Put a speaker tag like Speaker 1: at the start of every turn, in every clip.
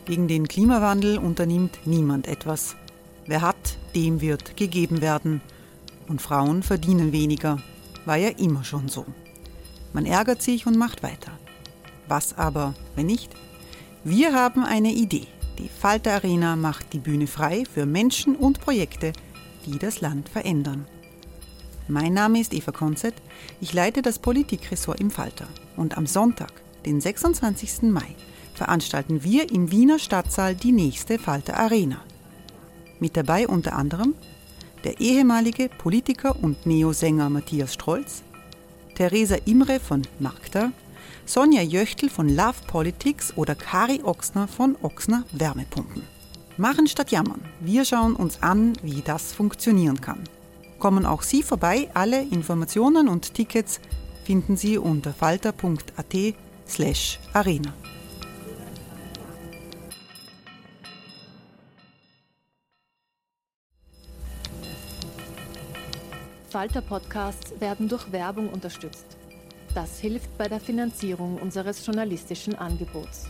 Speaker 1: Gegen den Klimawandel unternimmt niemand etwas. Wer hat, dem wird gegeben werden. Und Frauen verdienen weniger. War ja immer schon so. Man ärgert sich und macht weiter. Was aber, wenn nicht? Wir haben eine Idee. Die Falter Arena macht die Bühne frei für Menschen und Projekte, die das Land verändern. Mein Name ist Eva Konzett. Ich leite das Politikressort im Falter. Und am Sonntag, den 26. Mai, veranstalten wir im Wiener Stadtsaal die nächste Falter Arena. Mit dabei unter anderem der ehemalige Politiker und Neosänger Matthias Strolz, Theresa Imre von Magda, Sonja Jöchtl von Love Politics oder Kari Ochsner von Ochsner Wärmepumpen. Machen statt jammern. Wir schauen uns an, wie das funktionieren kann. Kommen auch Sie vorbei. Alle Informationen und Tickets finden Sie unter falter.at/arena.
Speaker 2: Falter-Podcasts werden durch Werbung unterstützt. Das hilft bei der Finanzierung unseres journalistischen Angebots.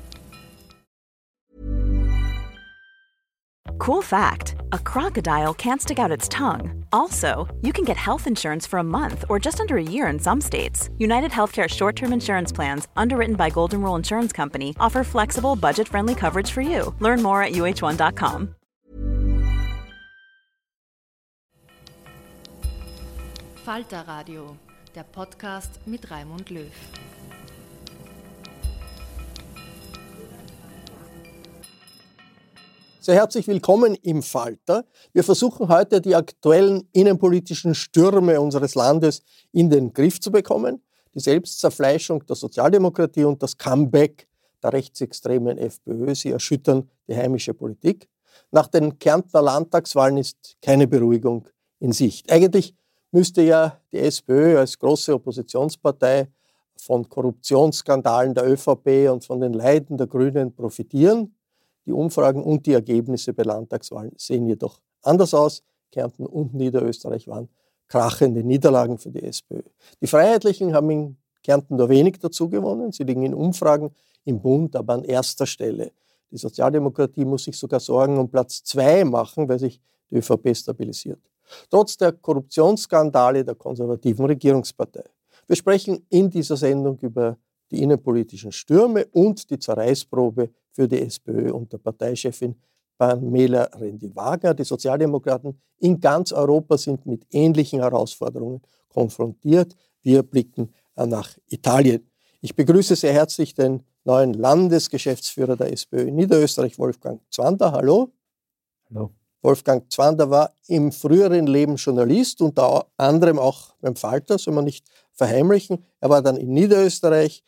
Speaker 3: Cool fact, a crocodile can't stick out its tongue. Also, you can get health insurance for a month or just under a year in some states. United Healthcare short-term insurance plans, underwritten by Golden Rule Insurance Company, offer flexible, budget-friendly coverage for you. Learn more at uh1.com.
Speaker 2: Falter Radio, der Podcast mit Raimund Löw.
Speaker 4: Sehr herzlich willkommen im Falter. Wir versuchen heute, die aktuellen innenpolitischen Stürme unseres Landes in den Griff zu bekommen. Die Selbstzerfleischung der Sozialdemokratie und das Comeback der rechtsextremen FPÖ, sie erschüttern die heimische Politik. Nach den Kärntner Landtagswahlen ist keine Beruhigung in Sicht. Eigentlich müsste ja die SPÖ als große Oppositionspartei von Korruptionsskandalen der ÖVP und von den Leiden der Grünen profitieren. Die Umfragen und die Ergebnisse bei Landtagswahlen sehen jedoch anders aus. Kärnten und Niederösterreich waren krachende Niederlagen für die SPÖ. Die Freiheitlichen haben in Kärnten nur wenig dazu gewonnen. Sie liegen in Umfragen im Bund, aber an erster Stelle. Die Sozialdemokratie muss sich sogar Sorgen um Platz 2 machen, weil sich die ÖVP stabilisiert. Trotz der Korruptionsskandale der konservativen Regierungspartei. Wir sprechen in dieser Sendung über die innenpolitischen Stürme und die Zerreißprobe für die SPÖ unter Parteichefin Pamela Rendi-Wagner. Die Sozialdemokraten in ganz Europa sind mit ähnlichen Herausforderungen konfrontiert. Wir blicken nach Italien. Ich begrüße sehr herzlich den neuen Landesgeschäftsführer der SPÖ in Niederösterreich, Wolfgang Zwander. Hallo.
Speaker 5: Hallo.
Speaker 4: Wolfgang Zwander war im früheren Leben Journalist, unter anderem auch beim Falter, soll man nicht verheimlichen. Er war dann in Niederösterreich,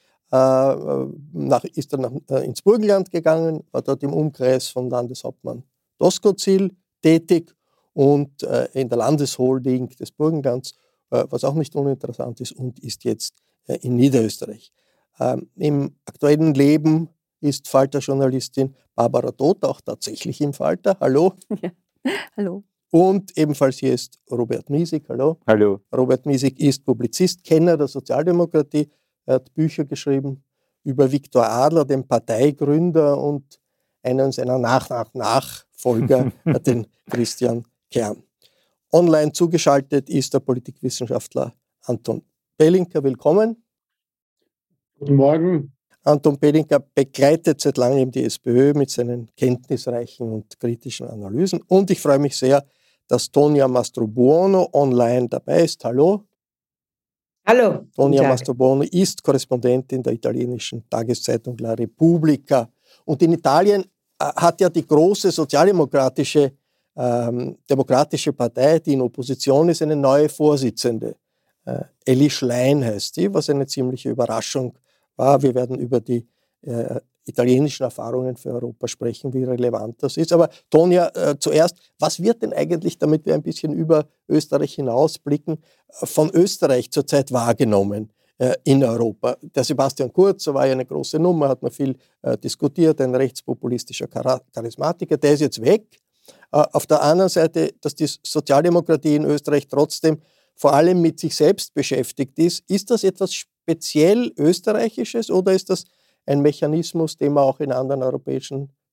Speaker 4: ist dann ins Burgenland gegangen, war dort im Umkreis von Landeshauptmann Doskozil tätig und in der Landesholding des Burgenlands, was auch nicht uninteressant ist, und ist jetzt in Niederösterreich. Im aktuellen Leben ist Falter-Journalistin Barbara Todt auch tatsächlich im Falter. Hallo.
Speaker 6: Ja. Hallo.
Speaker 4: Und ebenfalls hier ist Robert Miesig. Hallo.
Speaker 5: Hallo.
Speaker 4: Robert Miesig ist Publizist, Kenner der Sozialdemokratie. Er hat Bücher geschrieben über Viktor Adler, den Parteigründer, und einen seiner Nachfolger, den Christian Kern. Online zugeschaltet ist der Politikwissenschaftler Anton Belinker. Willkommen.
Speaker 5: Guten Morgen.
Speaker 4: Anton Belinker begleitet seit langem die SPÖ mit seinen kenntnisreichen und kritischen Analysen. Und ich freue mich sehr, dass Tonia Mastrobuono online dabei ist. Hallo.
Speaker 6: Hallo.
Speaker 4: Tonia Mastrobuono ist Korrespondentin der italienischen Tageszeitung La Repubblica. Und in Italien hat ja die große sozialdemokratische demokratische Partei, die in Opposition ist, eine neue Vorsitzende. Elly Schlein heißt sie, was eine ziemliche Überraschung war. Wir werden über die italienischen Erfahrungen für Europa sprechen, wie relevant das ist. Aber Tonia, zuerst, was wird denn eigentlich, damit wir ein bisschen über Österreich hinausblicken, von Österreich zurzeit wahrgenommen in Europa? Der Sebastian Kurz war ja eine große Nummer, hat man viel diskutiert, ein rechtspopulistischer Charismatiker, der ist jetzt weg. Auf der anderen Seite, dass die Sozialdemokratie in Österreich trotzdem vor allem mit sich selbst beschäftigt ist das etwas speziell Österreichisches oder ist das ein Mechanismus, den man auch in anderen europäischen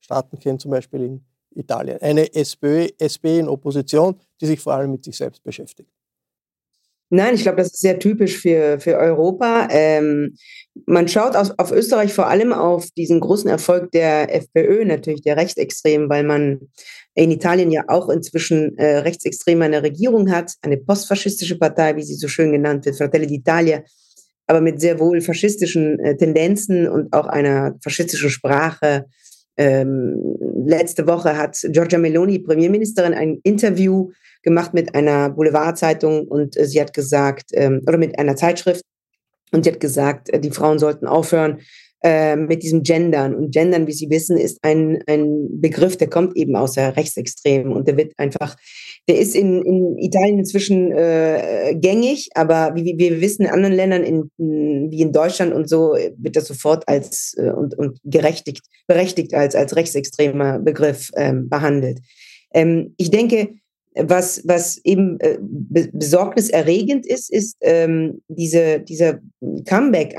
Speaker 4: Staaten kennen, zum Beispiel in Italien. Eine SPÖ in Opposition, die sich vor allem mit sich selbst beschäftigt.
Speaker 6: Nein, ich glaube, das ist sehr typisch für Europa. Man schaut auf Österreich vor allem auf diesen großen Erfolg der FPÖ, natürlich der Rechtsextremen, weil man in Italien ja auch inzwischen Rechtsextreme eine Regierung hat, eine postfaschistische Partei, wie sie so schön genannt wird, Fratelli d'Italia, aber mit sehr wohl faschistischen Tendenzen und auch einer faschistischen Sprache. Letzte Woche hat Giorgia Meloni, Premierministerin, ein Interview gemacht mit einer Boulevardzeitung und sie hat gesagt, oder mit einer Zeitschrift, und sie hat gesagt, die Frauen sollten aufhören mit diesem Gendern. Und Gendern, wie Sie wissen, ist ein Begriff, der kommt eben aus der Rechtsextremen und der ist in Italien inzwischen gängig, aber wie wir wissen, in anderen Ländern, wie in Deutschland und so, wird das sofort als und berechtigt als rechtsextremer Begriff behandelt. Ich denke, was eben besorgniserregend ist dieser Comeback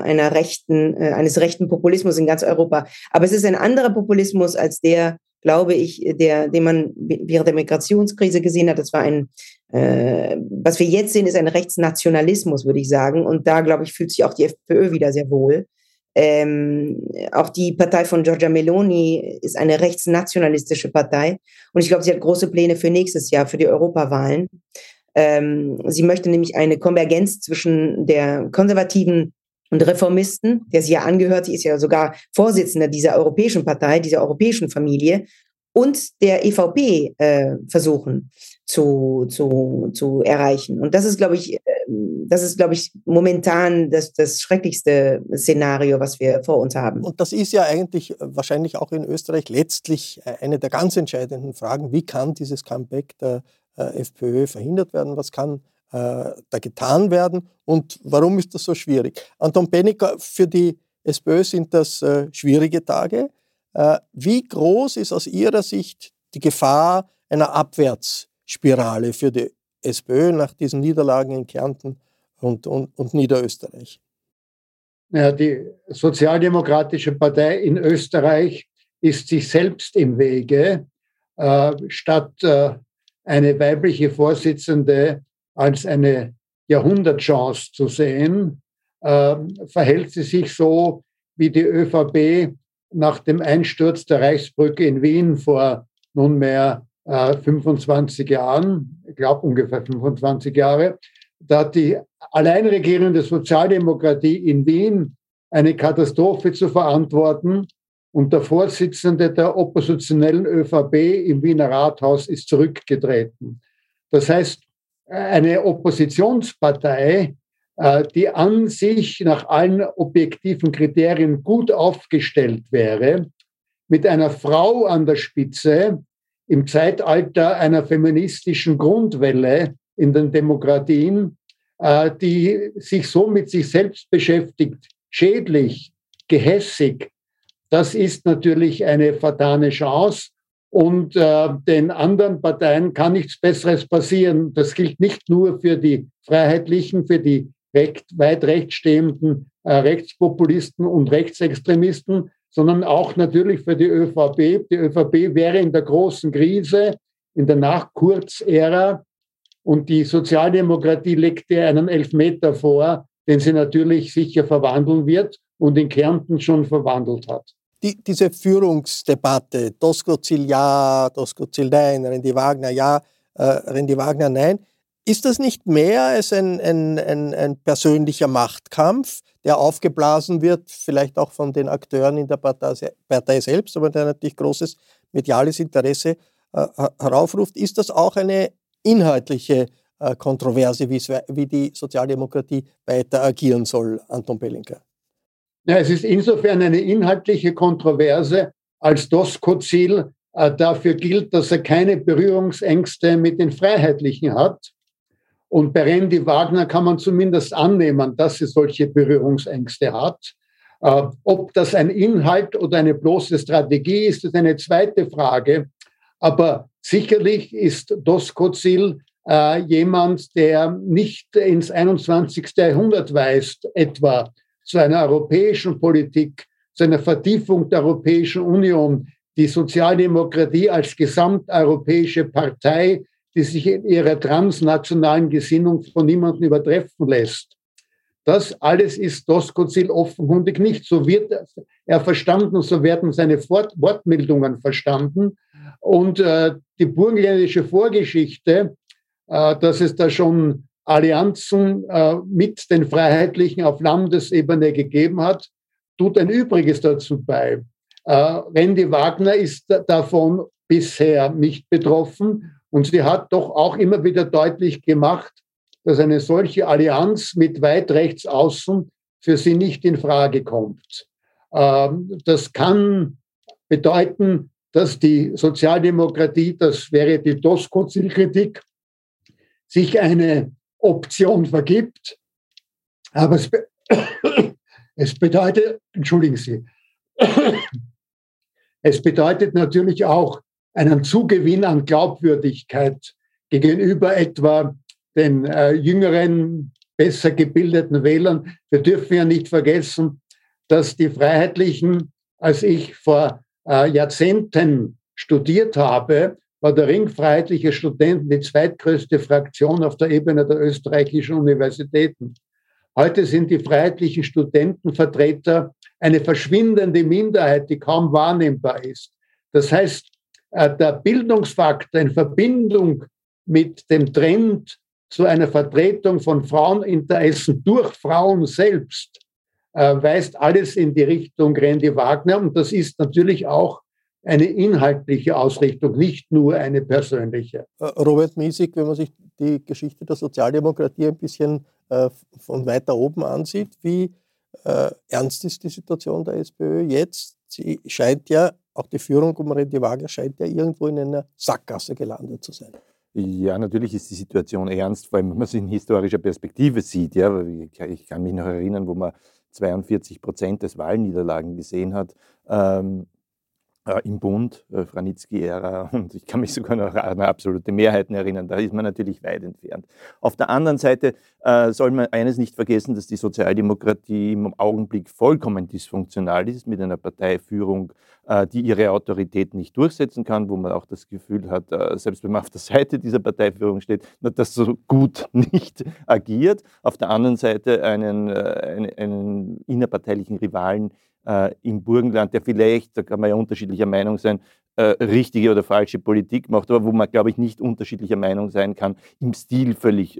Speaker 6: eines rechten Populismus in ganz Europa. Aber es ist ein anderer Populismus als der, glaube ich, den man während der Migrationskrise gesehen hat. Das war was wir jetzt sehen, ist ein Rechtsnationalismus, würde ich sagen. Und da, glaube ich, fühlt sich auch die FPÖ wieder sehr wohl. Auch die Partei von Giorgia Meloni ist eine rechtsnationalistische Partei. Und ich glaube, sie hat große Pläne für nächstes Jahr, für die Europawahlen. Sie möchte nämlich eine Konvergenz zwischen der Konservativen und Reformisten, der sie ja angehört, sie ist ja sogar Vorsitzende dieser europäischen Partei, dieser europäischen Familie, und der EVP versuchen zu erreichen. Und das ist, glaube ich, momentan das schrecklichste Szenario, was wir vor uns haben.
Speaker 4: Und das ist ja eigentlich wahrscheinlich auch in Österreich letztlich eine der ganz entscheidenden Fragen. Wie kann dieses Comeback der FPÖ verhindert werden? Was kann da getan werden? Und warum ist das so schwierig? Anton Penninger, für die SPÖ sind das schwierige Tage. Wie groß ist aus Ihrer Sicht die Gefahr einer Abwärtsspirale für die SPÖ nach diesen Niederlagen in Kärnten und Niederösterreich?
Speaker 5: Ja, die Sozialdemokratische Partei in Österreich ist sich selbst im Wege. Statt eine weibliche Vorsitzende als eine Jahrhundertchance zu sehen, verhält sie sich so wie die ÖVP nach dem Einsturz der Reichsbrücke in Wien vor nunmehr 25 Jahren, ich glaube ungefähr 25 Jahre. Da hat die alleinregierende Sozialdemokratie in Wien eine Katastrophe zu verantworten und der Vorsitzende der oppositionellen ÖVP im Wiener Rathaus ist zurückgetreten. Das heißt, eine Oppositionspartei, die an sich nach allen objektiven Kriterien gut aufgestellt wäre, mit einer Frau an der Spitze im Zeitalter einer feministischen Grundwelle in den Demokratien, die sich so mit sich selbst beschäftigt, schädlich, gehässig, das ist natürlich eine vertane Chance. Und den anderen Parteien kann nichts Besseres passieren. Das gilt nicht nur für die Freiheitlichen, für die weit rechts stehenden Rechtspopulisten und Rechtsextremisten, sondern auch natürlich für die ÖVP. Die ÖVP wäre in der großen Krise, in der Nach-Kurz-Ära, und die Sozialdemokratie legt ihr einen Elfmeter vor, den sie natürlich sicher verwandeln wird und in Kärnten schon verwandelt hat.
Speaker 4: Diese Führungsdebatte, Doskozil ja, Doskozil nein, Randy Wagner ja, Randy Wagner nein, ist das nicht mehr als ein persönlicher Machtkampf, der aufgeblasen wird, vielleicht auch von den Akteuren in der Partei selbst, aber der natürlich großes mediales Interesse heraufruft? Ist das auch eine inhaltliche Kontroverse, wie die Sozialdemokratie weiter agieren soll, Anton Penninger?
Speaker 5: Ja, es ist insofern eine inhaltliche Kontroverse, als Doskozil dafür gilt, dass er keine Berührungsängste mit den Freiheitlichen hat. Und bei Randy Wagner kann man zumindest annehmen, dass er solche Berührungsängste hat. Ob das ein Inhalt oder eine bloße Strategie ist, ist eine zweite Frage. Aber sicherlich ist Doskozil jemand, der nicht ins 21. Jahrhundert weist, etwa zu einer europäischen Politik, zu einer Vertiefung der Europäischen Union, die Sozialdemokratie als gesamteuropäische Partei, die sich in ihrer transnationalen Gesinnung von niemandem übertreffen lässt. Das alles ist Doskozil offenkundig nicht. So wird er verstanden, so werden seine Wortmeldungen verstanden. Und die burgenländische Vorgeschichte, dass es da schon Allianzen mit den Freiheitlichen auf Landesebene gegeben hat, tut ein Übriges dazu bei. Randy Wagner ist davon bisher nicht betroffen und sie hat doch auch immer wieder deutlich gemacht, dass eine solche Allianz mit weit rechts außen für sie nicht in Frage kommt. Das kann bedeuten, dass die Sozialdemokratie, das wäre die Doskozil-Kritik, sich eine Option vergibt. Aber es bedeutet, entschuldigen Sie, es bedeutet natürlich auch einen Zugewinn an Glaubwürdigkeit gegenüber etwa den jüngeren, besser gebildeten Wählern. Wir dürfen ja nicht vergessen, dass die Freiheitlichen, als ich vor Jahrzehnten studiert habe, war der Ring Freiheitliche Studenten die zweitgrößte Fraktion auf der Ebene der österreichischen Universitäten. Heute sind die freiheitlichen Studentenvertreter eine verschwindende Minderheit, die kaum wahrnehmbar ist. Das heißt, der Bildungsfaktor in Verbindung mit dem Trend zu einer Vertretung von Fraueninteressen durch Frauen selbst weist alles in die Richtung Randy Wagner. Und das ist natürlich auch eine inhaltliche Ausrichtung, nicht nur eine persönliche.
Speaker 4: Robert Miesig, wenn man sich die Geschichte der Sozialdemokratie ein bisschen von weiter oben ansieht, wie ernst ist die Situation der SPÖ jetzt? Sie scheint ja, auch die Führung um Randy Wagner scheint ja irgendwo in einer Sackgasse gelandet zu sein.
Speaker 7: Ja, natürlich ist die Situation ernst, vor allem wenn man es in historischer Perspektive sieht. Ja, ich kann mich noch erinnern, wo man 42% des Wahlniederlagen gesehen hat. Im Bund, Franitzky-Ära, und ich kann mich sogar noch an absolute Mehrheiten erinnern, da ist man natürlich weit entfernt. Auf der anderen Seite soll man eines nicht vergessen, dass die Sozialdemokratie im Augenblick vollkommen dysfunktional ist, mit einer Parteiführung, die ihre Autorität nicht durchsetzen kann, wo man auch das Gefühl hat, selbst wenn man auf der Seite dieser Parteiführung steht, dass so gut nicht agiert. Auf der anderen Seite einen innerparteilichen Rivalen im Burgenland, der vielleicht, da kann man ja unterschiedlicher Meinung sein, richtige oder falsche Politik macht, aber wo man, glaube ich, nicht unterschiedlicher Meinung sein kann, im Stil völlig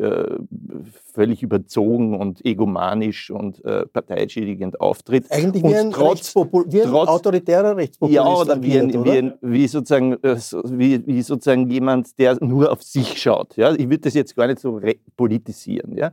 Speaker 7: überzogen und egomanisch und parteischädigend auftritt.
Speaker 4: Eigentlich wie ein autoritärer Rechtspopulist.
Speaker 7: Ja, oder wie sozusagen jemand, der nur auf sich schaut. Ja? Ich würde das jetzt gar nicht so politisieren. Ja?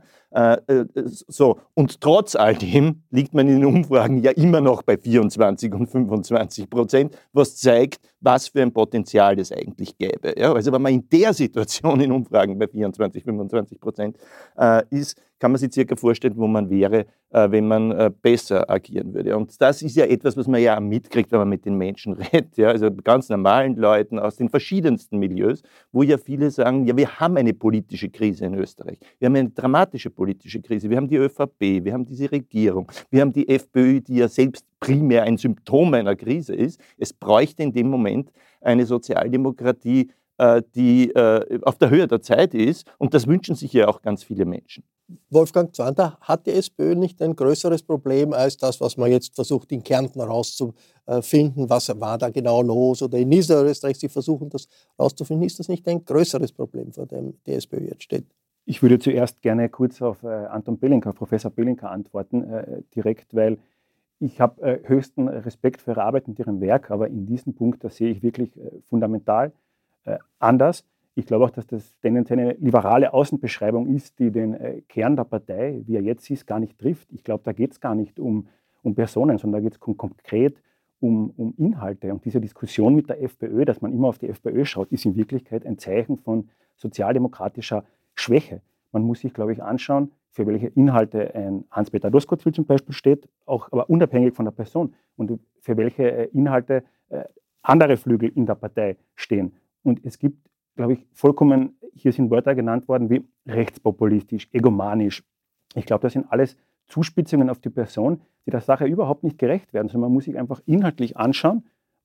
Speaker 7: So. Und trotz all dem liegt man in den Umfragen ja immer noch bei 24 und 25%, was zeigt, was für ein Potenzial es eigentlich gäbe. Ja, also wenn man in der Situation in Umfragen bei 24, 25% ist, kann man sich circa vorstellen, wo man wäre, wenn man besser agieren würde. Und das ist ja etwas, was man ja mitkriegt, wenn man mit den Menschen redet, ja, also ganz normalen Leuten aus den verschiedensten Milieus, wo ja viele sagen, ja, wir haben eine politische Krise in Österreich. Wir haben eine dramatische politische Krise. Wir haben die ÖVP, wir haben diese Regierung, wir haben die FPÖ, die ja selbst primär ein Symptom einer Krise ist. Es bräuchte in dem Moment eine Sozialdemokratie, die auf der Höhe der Zeit ist. Und das wünschen sich ja auch ganz viele Menschen.
Speaker 4: Wolfgang Zwander, hat die SPÖ nicht ein größeres Problem als das, was man jetzt versucht, in Kärnten herauszufinden? Was war da genau los? Oder in Niederösterreich, Sie versuchen das herauszufinden. Ist das nicht ein größeres Problem, vor dem die SPÖ jetzt steht?
Speaker 8: Ich würde zuerst gerne kurz auf Anton Belinka, Professor Belinka antworten, direkt, weil ich habe höchsten Respekt für Ihre Arbeit und Ihrem Werk, aber in diesem Punkt, das sehe ich wirklich fundamental anders. Ich glaube auch, dass das tendenziell eine liberale Außenbeschreibung ist, die den Kern der Partei, wie er jetzt ist, gar nicht trifft. Ich glaube, da geht es gar nicht um Personen, sondern da geht es konkret um Inhalte. Und diese Diskussion mit der FPÖ, dass man immer auf die FPÖ schaut, ist in Wirklichkeit ein Zeichen von sozialdemokratischer Schwäche. Man muss sich, glaube ich, anschauen, für welche Inhalte ein Hans-Peter Doskozil zum Beispiel steht, auch aber unabhängig von der Person, und für welche Inhalte andere Flügel in der Partei stehen. Und es gibt, glaube ich, vollkommen, hier sind Wörter genannt worden wie rechtspopulistisch, egomanisch. Ich glaube, das sind alles Zuspitzungen auf die Person, die der Sache überhaupt nicht gerecht werden, sondern man muss sich einfach inhaltlich anschauen,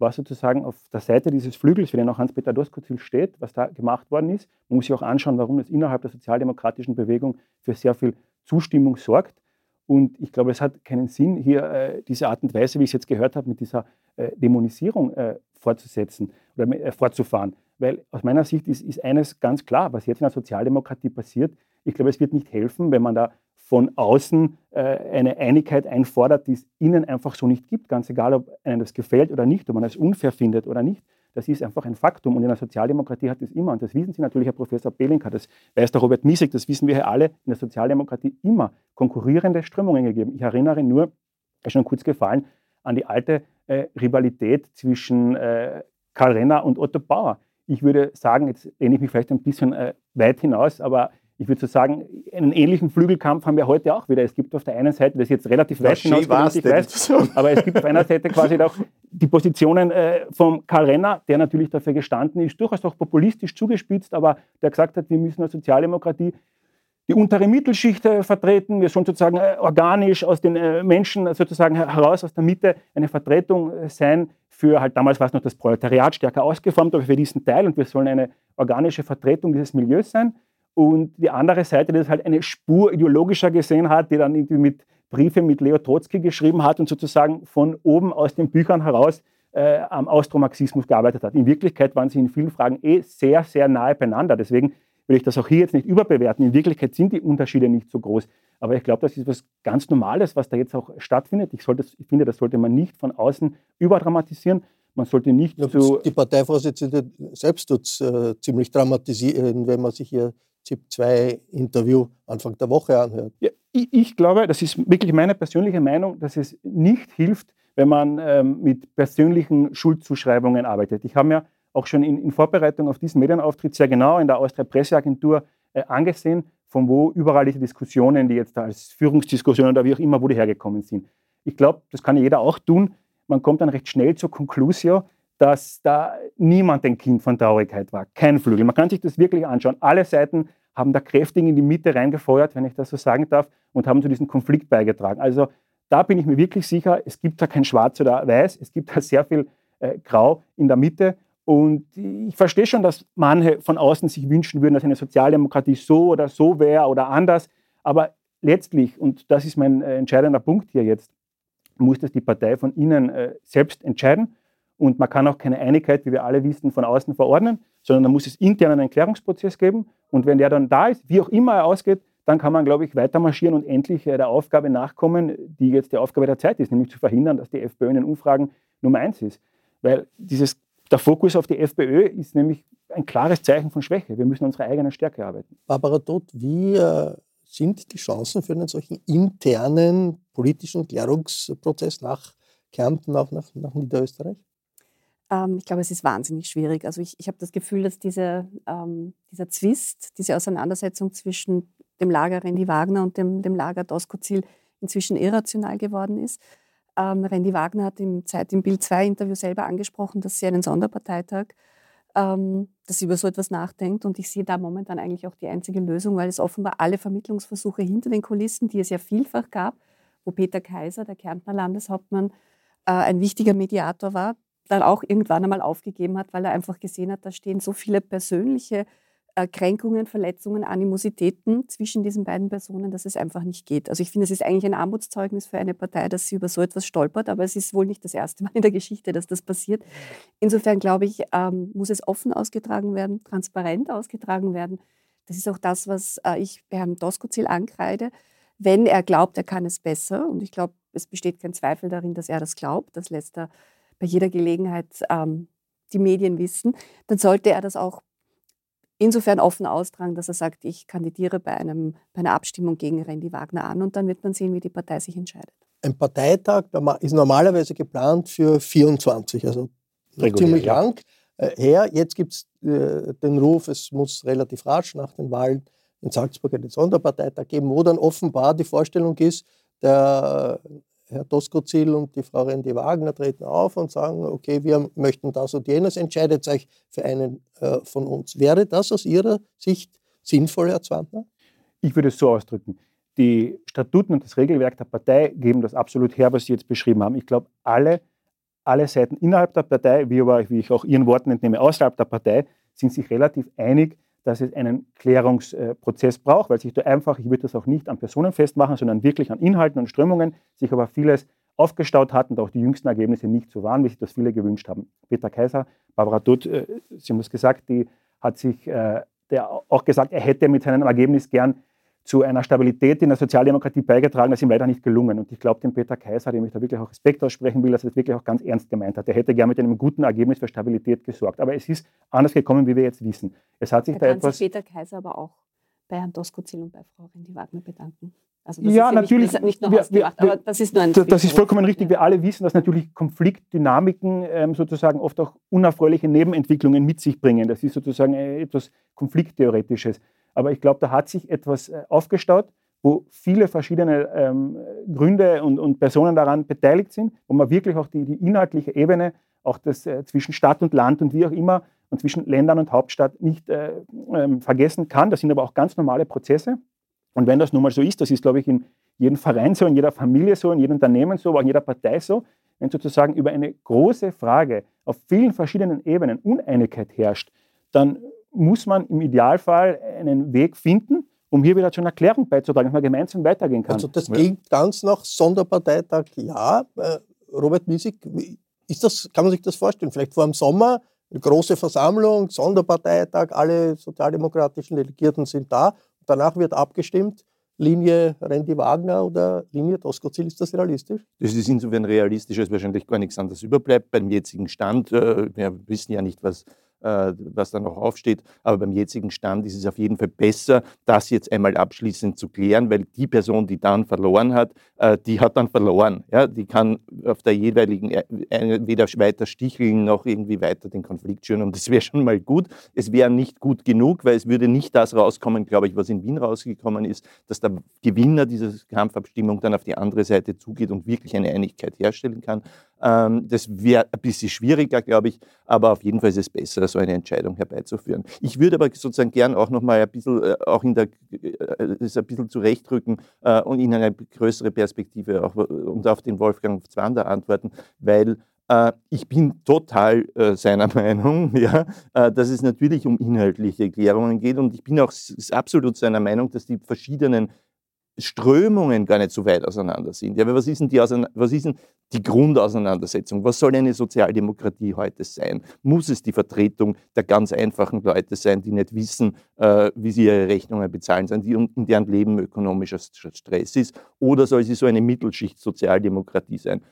Speaker 8: was sozusagen auf der Seite dieses Flügels, für den auch Hans-Peter Doskozil steht, was da gemacht worden ist. Man muss sich auch anschauen, warum das innerhalb der sozialdemokratischen Bewegung für sehr viel Zustimmung sorgt. Und ich glaube, es hat keinen Sinn, hier diese Art und Weise, wie ich es jetzt gehört habe, mit dieser Dämonisierung fortzusetzen oder fortzufahren. Weil aus meiner Sicht ist eines ganz klar, was jetzt in der Sozialdemokratie passiert. Ich glaube, es wird nicht helfen, wenn man da von außen eine Einigkeit einfordert, die es innen einfach so nicht gibt. Ganz egal, ob einem das gefällt oder nicht, ob man es unfair findet oder nicht. Das ist einfach ein Faktum. Und in der Sozialdemokratie hat es immer, und das wissen Sie natürlich, Herr Professor Belinka, das weiß der Robert Miesig, das wissen wir hier alle, in der Sozialdemokratie immer konkurrierende Strömungen gegeben. Ich erinnere nur, ist schon kurz gefallen, an die alte Rivalität zwischen Karl Renner und Otto Bauer. Ich würde sagen, jetzt lehne ich mich vielleicht ein bisschen weit hinaus, aber ich würde so sagen, einen ähnlichen Flügelkampf haben wir heute auch wieder. Es gibt auf der einen Seite, das ist jetzt relativ weit hinaus, ich weiß, aber es gibt auf einer Seite quasi auch die Positionen von Karl Renner, der natürlich dafür gestanden ist, durchaus auch populistisch zugespitzt, aber der gesagt hat, wir müssen als Sozialdemokratie die untere Mittelschicht vertreten. Wir sollen sozusagen organisch aus den Menschen sozusagen heraus aus der Mitte eine Vertretung sein für, halt damals war es noch das Proletariat, stärker ausgeformt, aber für diesen Teil, und wir sollen eine organische Vertretung dieses Milieus sein. Und die andere Seite, die das halt eine Spur ideologischer gesehen hat, die dann irgendwie mit Briefe mit Leo Trotzki geschrieben hat und sozusagen von oben aus den Büchern heraus am Austromarxismus gearbeitet hat. In Wirklichkeit waren sie in vielen Fragen sehr, sehr nahe beieinander. Deswegen will ich das auch hier jetzt nicht überbewerten. In Wirklichkeit sind die Unterschiede nicht so groß. Aber ich glaube, das ist was ganz Normales, was da jetzt auch stattfindet. Ich finde, das sollte man nicht von außen überdramatisieren. Man sollte nicht
Speaker 4: Die Parteivorsitzende selbst tut es ziemlich dramatisieren, wenn man sich hier ZIP-2-Interview Anfang der Woche anhört.
Speaker 8: Ja, ich glaube, das ist wirklich meine persönliche Meinung, dass es nicht hilft, wenn man mit persönlichen Schuldzuschreibungen arbeitet. Ich habe mir auch schon in Vorbereitung auf diesen Medienauftritt sehr genau in der Austria Presseagentur angesehen, von wo überall diese Diskussionen, die jetzt da als Führungsdiskussionen oder wie auch immer, wo die hergekommen sind. Ich glaube, das kann jeder auch tun. Man kommt dann recht schnell zur Konklusio, dass da niemand ein Kind von Traurigkeit war, kein Flügel. Man kann sich das wirklich anschauen. Alle Seiten haben da kräftig in die Mitte reingefeuert, wenn ich das so sagen darf, und haben zu diesem Konflikt beigetragen. Also da bin ich mir wirklich sicher, es gibt da kein Schwarz oder Weiß, es gibt da sehr viel Grau in der Mitte. Und ich verstehe schon, dass manche von außen sich wünschen würden, dass eine Sozialdemokratie so oder so wäre oder anders. Aber letztlich, und das ist mein entscheidender Punkt hier jetzt, muss das die Partei von innen selbst entscheiden. Und man kann auch keine Einigkeit, wie wir alle wissen, von außen verordnen, sondern da muss es intern einen Klärungsprozess geben. Und wenn der dann da ist, wie auch immer er ausgeht, dann kann man, glaube ich, weiter marschieren und endlich der Aufgabe nachkommen, die jetzt die Aufgabe der Zeit ist, nämlich zu verhindern, dass die FPÖ in den Umfragen Nummer 1 ist. Weil der Fokus auf die FPÖ ist nämlich ein klares Zeichen von Schwäche. Wir müssen unsere eigene Stärke arbeiten.
Speaker 4: Barbara Todt, wie sind die Chancen für einen solchen internen politischen Klärungsprozess nach Kärnten, auch nach Niederösterreich?
Speaker 9: Ich glaube, es ist wahnsinnig schwierig. Also ich habe das Gefühl, dass dieser Zwist, diese Auseinandersetzung zwischen dem Lager Randy Wagner und dem Lager Doskozil inzwischen irrational geworden ist. Randy Wagner hat im Bild 2 Interview selber angesprochen, dass sie einen Sonderparteitag, dass sie über so etwas nachdenkt. Und ich sehe da momentan eigentlich auch die einzige Lösung, weil es offenbar alle Vermittlungsversuche hinter den Kulissen, die es ja vielfach gab, wo Peter Kaiser, der Kärntner Landeshauptmann, ein wichtiger Mediator war, dann auch irgendwann einmal aufgegeben hat, weil er einfach gesehen hat, da stehen so viele persönliche Kränkungen, Verletzungen, Animositäten zwischen diesen beiden Personen, dass es einfach nicht geht. Also ich finde, es ist eigentlich ein Armutszeugnis für eine Partei, dass sie über so etwas stolpert, aber es ist wohl nicht das erste Mal in der Geschichte, dass das passiert. Insofern glaube ich, muss es offen ausgetragen werden, transparent ausgetragen werden. Das ist auch das, was ich Herrn Doskozil ankreide. Wenn er glaubt, er kann es besser, und ich glaube, es besteht kein Zweifel darin, dass er das glaubt, das lässt er bei jeder Gelegenheit die Medien wissen, dann sollte er das auch insofern offen austragen, dass er sagt, ich kandidiere bei einer Abstimmung gegen Randy Wagner an, und dann wird man sehen, wie die Partei sich entscheidet.
Speaker 4: Ein Parteitag ist normalerweise geplant für 24, also ziemlich lang her. Jetzt gibt es den Ruf, es muss relativ rasch nach den Wahlen in Salzburg einen Sonderparteitag geben, wo dann offenbar die Vorstellung ist, der Herr Doskozil und die Frau Randy Wagner treten auf und sagen, okay, wir möchten das und jenes, entscheidet euch für einen von uns. Wäre das aus Ihrer Sicht sinnvoll, Herr Zwantner?
Speaker 8: Ich würde es so ausdrücken. Die Statuten und das Regelwerk der Partei geben das absolut her, was Sie jetzt beschrieben haben. Ich glaube, alle alle Seiten innerhalb der Partei, wie ich auch Ihren Worten entnehme, außerhalb der Partei, sind sich relativ einig, dass es einen Klärungsprozess braucht, weil sich da einfach, ich würde das auch nicht an Personen festmachen, sondern wirklich an Inhalten und Strömungen, sich aber vieles aufgestaut hat und auch die jüngsten Ergebnisse nicht so waren, wie sich das viele gewünscht haben. Peter Kaiser, Barbara Todt, Sie haben das gesagt, die hat sich der auch gesagt, er hätte mit seinem Ergebnis gern zu einer Stabilität in der Sozialdemokratie beigetragen, das ist ihm leider nicht gelungen. Und ich glaube, dem Peter Kaiser, dem ich da wirklich auch Respekt aussprechen will, dass er das wirklich auch ganz ernst gemeint hat. Er hätte gern mit einem guten Ergebnis für Stabilität gesorgt. Aber es ist anders gekommen, wie wir jetzt wissen. Es hat sich da etwas.
Speaker 9: Sich Peter Kaiser aber auch bei Herrn Doskozil und bei Frau Rendi-Wagner bedanken. Also
Speaker 8: das ist
Speaker 9: natürlich nicht nur ausgemacht, aber das ist nur ein
Speaker 8: Das ist vollkommen richtig. Wir alle wissen, dass natürlich Konfliktdynamiken sozusagen oft auch unerfreuliche Nebenentwicklungen mit sich bringen. Das ist sozusagen etwas Konflikttheoretisches. Aber ich glaube, da hat sich etwas aufgestaut, wo viele verschiedene Gründe und Personen daran beteiligt sind, wo man wirklich auch die inhaltliche Ebene, auch das zwischen Stadt und Land und wie auch immer und zwischen Ländern und Hauptstadt nicht vergessen kann. Das sind aber auch ganz normale Prozesse. Und wenn das nun mal so ist, das ist, glaube ich, in jedem Verein so, in jeder Familie so, in jedem Unternehmen so, aber auch in jeder Partei so, wenn sozusagen über eine große Frage auf vielen verschiedenen Ebenen Uneinigkeit herrscht, dann muss man im Idealfall einen Weg finden, um hier wieder zu einer Klärung beizutragen, dass man gemeinsam weitergehen kann.
Speaker 4: Also das klingt ganz nach Sonderparteitag, ja. Robert Miesig, kann man sich das vorstellen? Vielleicht vor dem Sommer eine große Versammlung, Sonderparteitag, alle sozialdemokratischen Delegierten sind da. Danach wird abgestimmt, Linie Rendi-Wagner oder Linie Doskozil. Ist das realistisch?
Speaker 7: Das ist insofern realistisch, als wahrscheinlich gar nichts anderes überbleibt. Beim jetzigen Stand, wir wissen ja nicht, was da noch aufsteht, aber beim jetzigen Stand ist es auf jeden Fall besser, das jetzt einmal abschließend zu klären, weil die Person, die dann verloren hat, die hat dann verloren. Ja? Die kann auf der jeweiligen weder weiter sticheln noch irgendwie weiter den Konflikt schüren und das wäre schon mal gut. Es wäre nicht gut genug, weil es würde nicht das rauskommen, glaube ich, was in Wien rausgekommen ist, dass der Gewinner dieser Kampfabstimmung dann auf die andere Seite zugeht und wirklich eine Einigkeit herstellen kann. Das wäre ein bisschen schwieriger, glaube ich, aber auf jeden Fall ist es besser, so eine Entscheidung herbeizuführen. Ich würde aber sozusagen gern auch noch mal ein bisschen auch das ein bisschen zurechtrücken und in eine größere Perspektive auch und auf den Wolfgang Zwander antworten, weil ich bin total seiner Meinung, ja, dass es natürlich um inhaltliche Klärungen geht und ich bin auch absolut seiner Meinung, dass die verschiedenen Strömungen gar nicht so weit auseinander sind. Ja, aber was ist denn die Grundauseinandersetzung? Was soll eine Sozialdemokratie heute sein? Muss es die Vertretung der ganz einfachen Leute sein, die nicht wissen, wie sie ihre Rechnungen bezahlen sollen, in deren Leben ökonomischer Stress ist? Oder soll sie so eine Mittelschicht-Sozialdemokratie sein?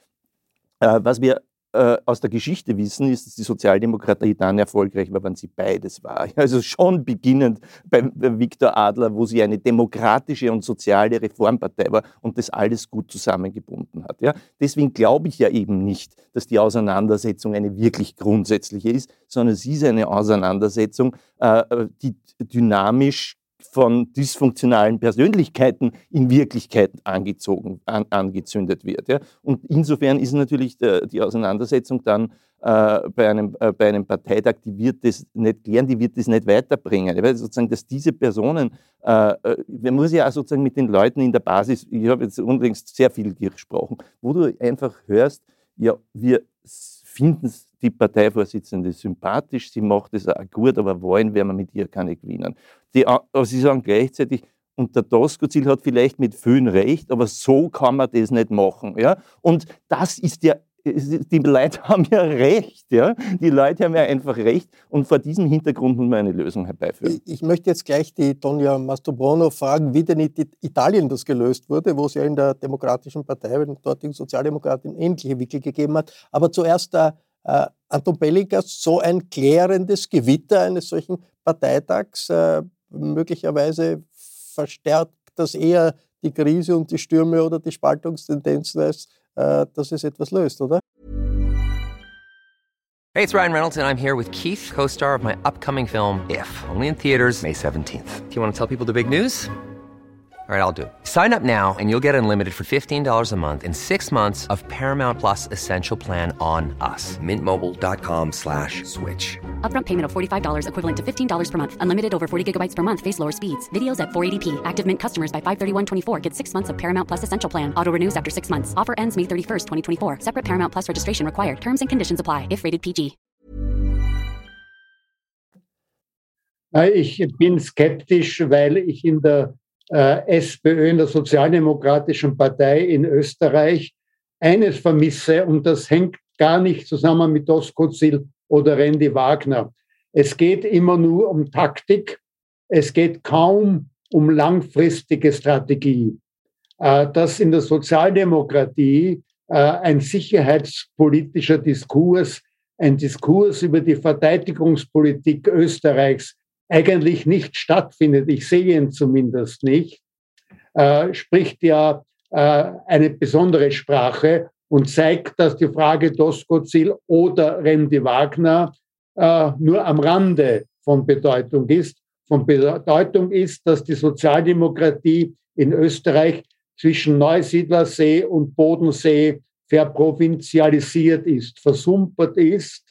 Speaker 7: Was wir aus der Geschichte wissen, ist, dass die Sozialdemokratie dann erfolgreich war, wenn sie beides war. Also schon beginnend bei Viktor Adler, wo sie eine demokratische und soziale Reformpartei war und das alles gut zusammengebunden hat. Ja? Deswegen glaube ich ja eben nicht, dass die Auseinandersetzung eine wirklich grundsätzliche ist, sondern es ist eine Auseinandersetzung, die dynamisch von dysfunktionalen Persönlichkeiten in Wirklichkeit angezündet wird. Ja? Und insofern ist natürlich die Auseinandersetzung dann bei einem Parteitag, die wird das nicht klären, die wird das nicht weiterbringen. Weil sozusagen, dass diese Personen, man muss ja auch sozusagen mit den Leuten in der Basis, ich habe jetzt unlängst sehr viel gesprochen, wo du einfach hörst, ja, wir finden die Parteivorsitzende sympathisch, sie macht es auch gut, aber Wahlen werden wir mit ihr keine gewinnen. Aber sie sagen gleichzeitig, und der Doskozil hat vielleicht mit vielen recht, aber so kann man das nicht machen. Ja? Und das ist ja, die Leute haben ja recht. Ja? Die Leute haben ja einfach recht und vor diesem Hintergrund muss man eine Lösung herbeiführen.
Speaker 4: Ich möchte jetzt gleich die Tonia Mastrobuono fragen, wie denn in Italien das gelöst wurde, wo es ja in der Demokratischen Partei, bei den dortigen Sozialdemokraten, ähnliche Wickel gegeben hat. Aber zuerst Anton Belinka, so ein klärendes Gewitter eines solchen Parteitags, möglicherweise verstärkt das eher die Krise und die Stürme oder die Spaltungstendenzen, als dass es etwas löst, oder?
Speaker 10: Hey, it's Ryan Reynolds and I'm here with Keith, co-star of my upcoming film, If, only in theaters May 17th. Do you want to tell people the big news? All right, I'll do it. Sign up now and you'll get unlimited for $15 a month and 6 months of Paramount Plus Essential Plan on us. MintMobile.com/switch.
Speaker 11: Upfront payment of $45 equivalent to $15 per month. Unlimited over 40 gigabytes per month. Face lower speeds. Videos at 480p. Active Mint customers by 531.24 get 6 months of Paramount Plus Essential Plan. Auto renews after 6 months. Offer ends May 31st, 2024. Separate Paramount Plus registration required. Terms and conditions apply if rated PG.
Speaker 5: Ich bin skeptisch, weil ich in der SPÖ, in der Sozialdemokratischen Partei in Österreich, eines vermisse, und das hängt gar nicht zusammen mit Doskozil oder Randy Wagner. Es geht immer nur um Taktik, es geht kaum um langfristige Strategie. Dass in der Sozialdemokratie ein sicherheitspolitischer Diskurs, ein Diskurs über die Verteidigungspolitik Österreichs eigentlich nicht stattfindet, ich sehe ihn zumindest nicht, spricht ja eine besondere Sprache und zeigt, dass die Frage Doskozil oder Randy Wagner nur am Rande von Bedeutung ist. Von Bedeutung ist, dass die Sozialdemokratie in Österreich zwischen Neusiedlersee und Bodensee verprovinzialisiert ist, versumpert ist.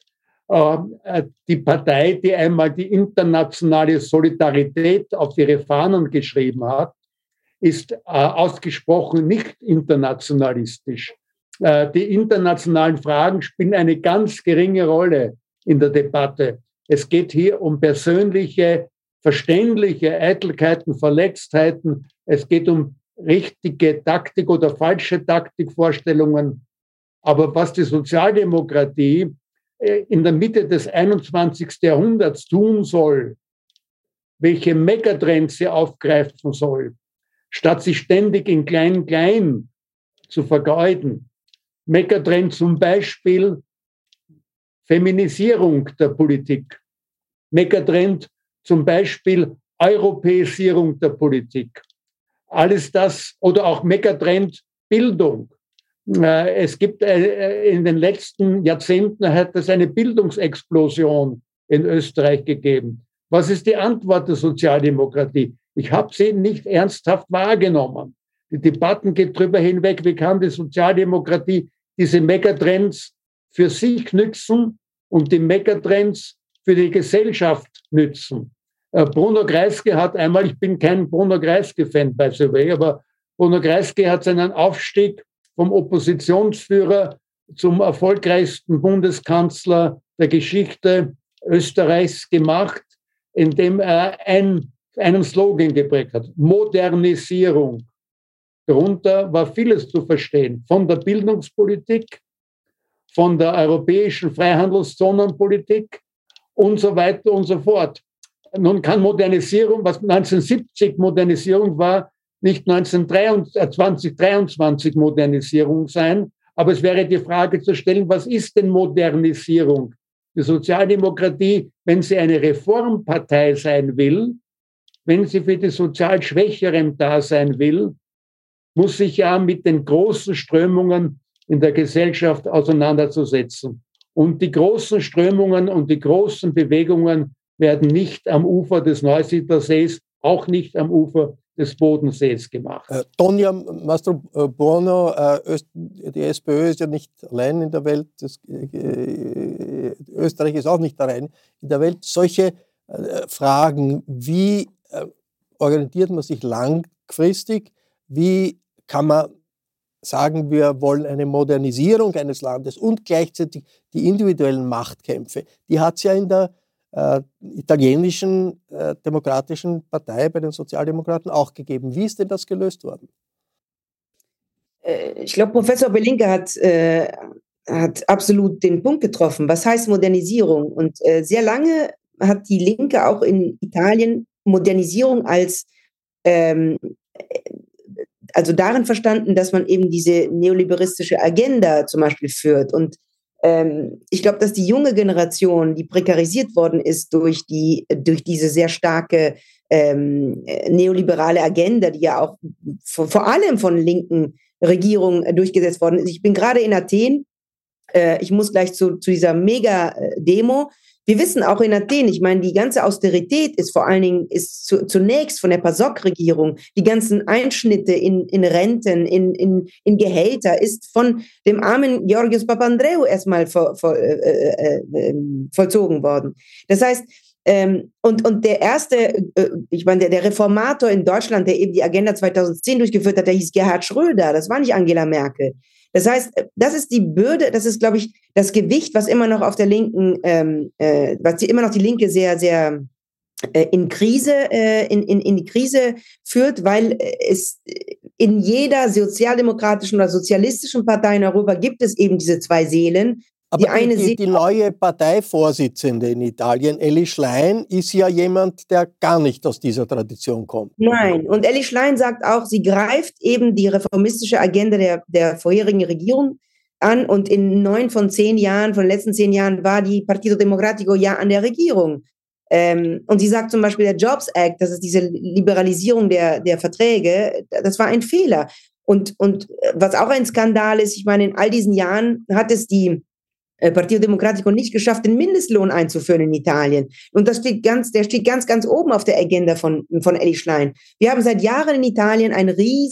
Speaker 5: Die Partei, die einmal die internationale Solidarität auf ihre Fahnen geschrieben hat, ist ausgesprochen nicht internationalistisch. Die internationalen Fragen spielen eine ganz geringe Rolle in der Debatte. Es geht hier um persönliche, verständliche Eitelkeiten, Verletztheiten. Es geht um richtige Taktik oder falsche Taktikvorstellungen. Aber was die Sozialdemokratie in der Mitte des 21. Jahrhunderts tun soll, welche Megatrends sie aufgreifen soll, statt sich ständig in Klein-Klein zu vergeuden. Megatrend zum Beispiel Feminisierung der Politik. Megatrend zum Beispiel Europäisierung der Politik. Alles das, oder auch Megatrend Bildung. Es gibt in den letzten Jahrzehnten hat es eine Bildungsexplosion in Österreich gegeben. Was ist die Antwort der Sozialdemokratie? Ich habe sie nicht ernsthaft wahrgenommen. Die Debatten gehen drüber hinweg, wie kann die Sozialdemokratie diese Megatrends für sich nützen und die Megatrends für die Gesellschaft nützen. Bruno Kreisky hat einmal, ich bin kein Bruno Kreisky-Fan by the way, aber Bruno Kreisky hat seinen Aufstieg vom Oppositionsführer zum erfolgreichsten Bundeskanzler der Geschichte Österreichs gemacht, indem er einen Slogan geprägt hat: Modernisierung. Darunter war vieles zu verstehen, von der Bildungspolitik, von der europäischen Freihandelszonenpolitik und so weiter und so fort. Nun kann Modernisierung, was 1970 Modernisierung war, nicht 2023 Modernisierung sein, aber es wäre die Frage zu stellen, was ist denn Modernisierung? Die Sozialdemokratie, wenn sie eine Reformpartei sein will, wenn sie für die sozial Schwächeren da sein will, muss sich ja mit den großen Strömungen in der Gesellschaft auseinanderzusetzen. Und die großen Strömungen und die großen Bewegungen werden nicht am Ufer des Neusiedlersees, auch nicht am Ufer des Bodensees gemacht.
Speaker 4: Tonja Mastrobuono, die SPÖ ist ja nicht allein in der Welt, Österreich ist auch nicht allein in der Welt. Solche Fragen, wie orientiert man sich langfristig, wie kann man sagen, wir wollen eine Modernisierung eines Landes und gleichzeitig die individuellen Machtkämpfe, die hat es ja in der italienischen Demokratischen Partei bei den Sozialdemokraten auch gegeben. Wie ist denn das gelöst worden?
Speaker 6: Ich glaube, Professor Belinka hat absolut den Punkt getroffen. Was heißt Modernisierung? Und sehr lange hat die Linke auch in Italien Modernisierung als also darin verstanden, dass man eben diese neoliberalistische Agenda zum Beispiel führt. Und ich glaube, dass die junge Generation, die prekarisiert worden ist durch diese sehr starke neoliberale Agenda, die ja auch vor allem von linken Regierungen durchgesetzt worden ist. Ich bin gerade in Athen. Ich muss gleich zu dieser Mega-Demo Wir wissen auch in Athen, ich meine, die ganze Austerität ist vor allen Dingen, zunächst von der PASOK-Regierung, die ganzen Einschnitte in Renten, in Gehälter, ist von dem armen Georgios Papandreou erstmal vollzogen worden. Das heißt, und der erste, ich meine, der Reformator in Deutschland, der eben die Agenda 2010 durchgeführt hat, der hieß Gerhard Schröder, das war nicht Angela Merkel. Das heißt, das ist die Bürde, das ist, glaube ich, das Gewicht, was immer noch auf der Linken, immer noch die Linke sehr, sehr in die Krise führt, weil es in jeder sozialdemokratischen oder sozialistischen Partei in Europa gibt es eben diese zwei Seelen.
Speaker 4: Aber die neue Parteivorsitzende in Italien, Elly Schlein, ist ja jemand, der gar nicht aus dieser Tradition kommt.
Speaker 6: Nein, und Elly Schlein sagt auch, sie greift eben die reformistische Agenda der vorherigen Regierung an, und in 9 von 10 Jahren, von den letzten 10 Jahren, war die Partito Democratico ja an der Regierung. Und sie sagt zum Beispiel, der Jobs Act, das ist diese Liberalisierung der Verträge, das war ein Fehler. Und was auch ein Skandal ist, ich meine, in all diesen Jahren hat es die Partito Democratico nicht geschafft, den Mindestlohn einzuführen in Italien. Und der steht ganz, ganz oben auf der Agenda von Elly Schlein. Wir haben seit Jahren in Italien also